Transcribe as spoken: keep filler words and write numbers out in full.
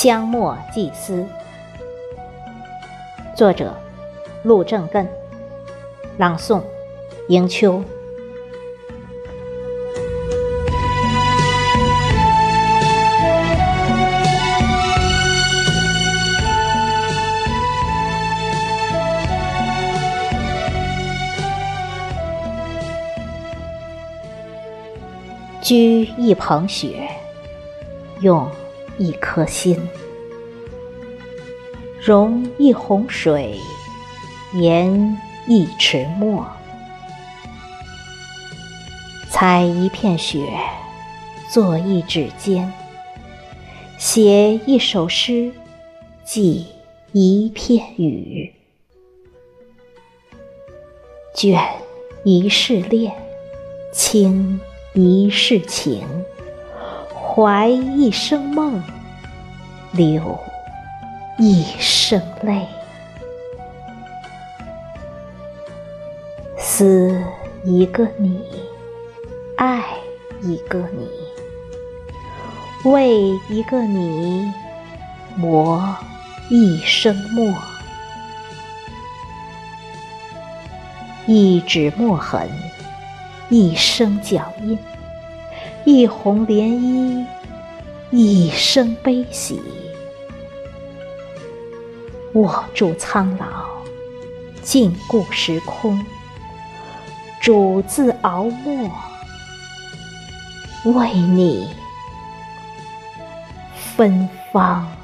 香墨祭司，作者陆正根，朗诵迎秋。掬一捧雪，用一颗心，融一泓水，研一池墨，采一片雪，作一指尖，写一首诗，寄一片语，卷一世恋，倾一世情，怀一生梦，流一生泪。思一个你，爱一个你，为一个你，磨一生墨。一指墨痕，一声脚印，一泓涟漪，一生悲喜。握住苍老，禁锢时空，主自熬墨，为你芬芳。